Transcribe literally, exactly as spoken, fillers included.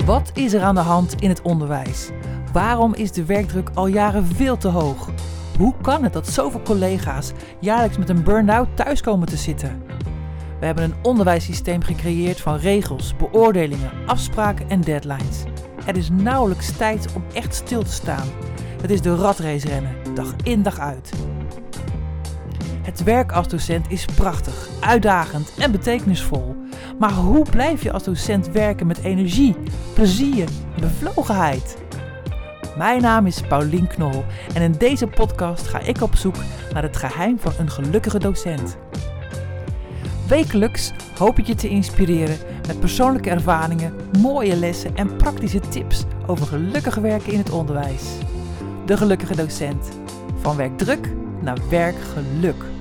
Wat is er aan de hand in het onderwijs? Waarom is de werkdruk al jaren veel te hoog? Hoe kan het dat zoveel collega's jaarlijks met een burn-out thuis komen te zitten? We hebben een onderwijssysteem gecreëerd van regels, beoordelingen, afspraken en deadlines. Het is nauwelijks tijd om echt stil te staan. Het is de ratrace rennen, dag in dag uit. Het werk als docent is prachtig, uitdagend en betekenisvol. Maar hoe blijf je als docent werken met energie, plezier en bevlogenheid? Mijn naam is Paulien Knol en in deze podcast ga ik op zoek naar het geheim van een gelukkige docent. Wekelijks hoop ik je te inspireren met persoonlijke ervaringen, mooie lessen en praktische tips over gelukkig werken in het onderwijs. De gelukkige docent. Van werkdruk naar werkgeluk.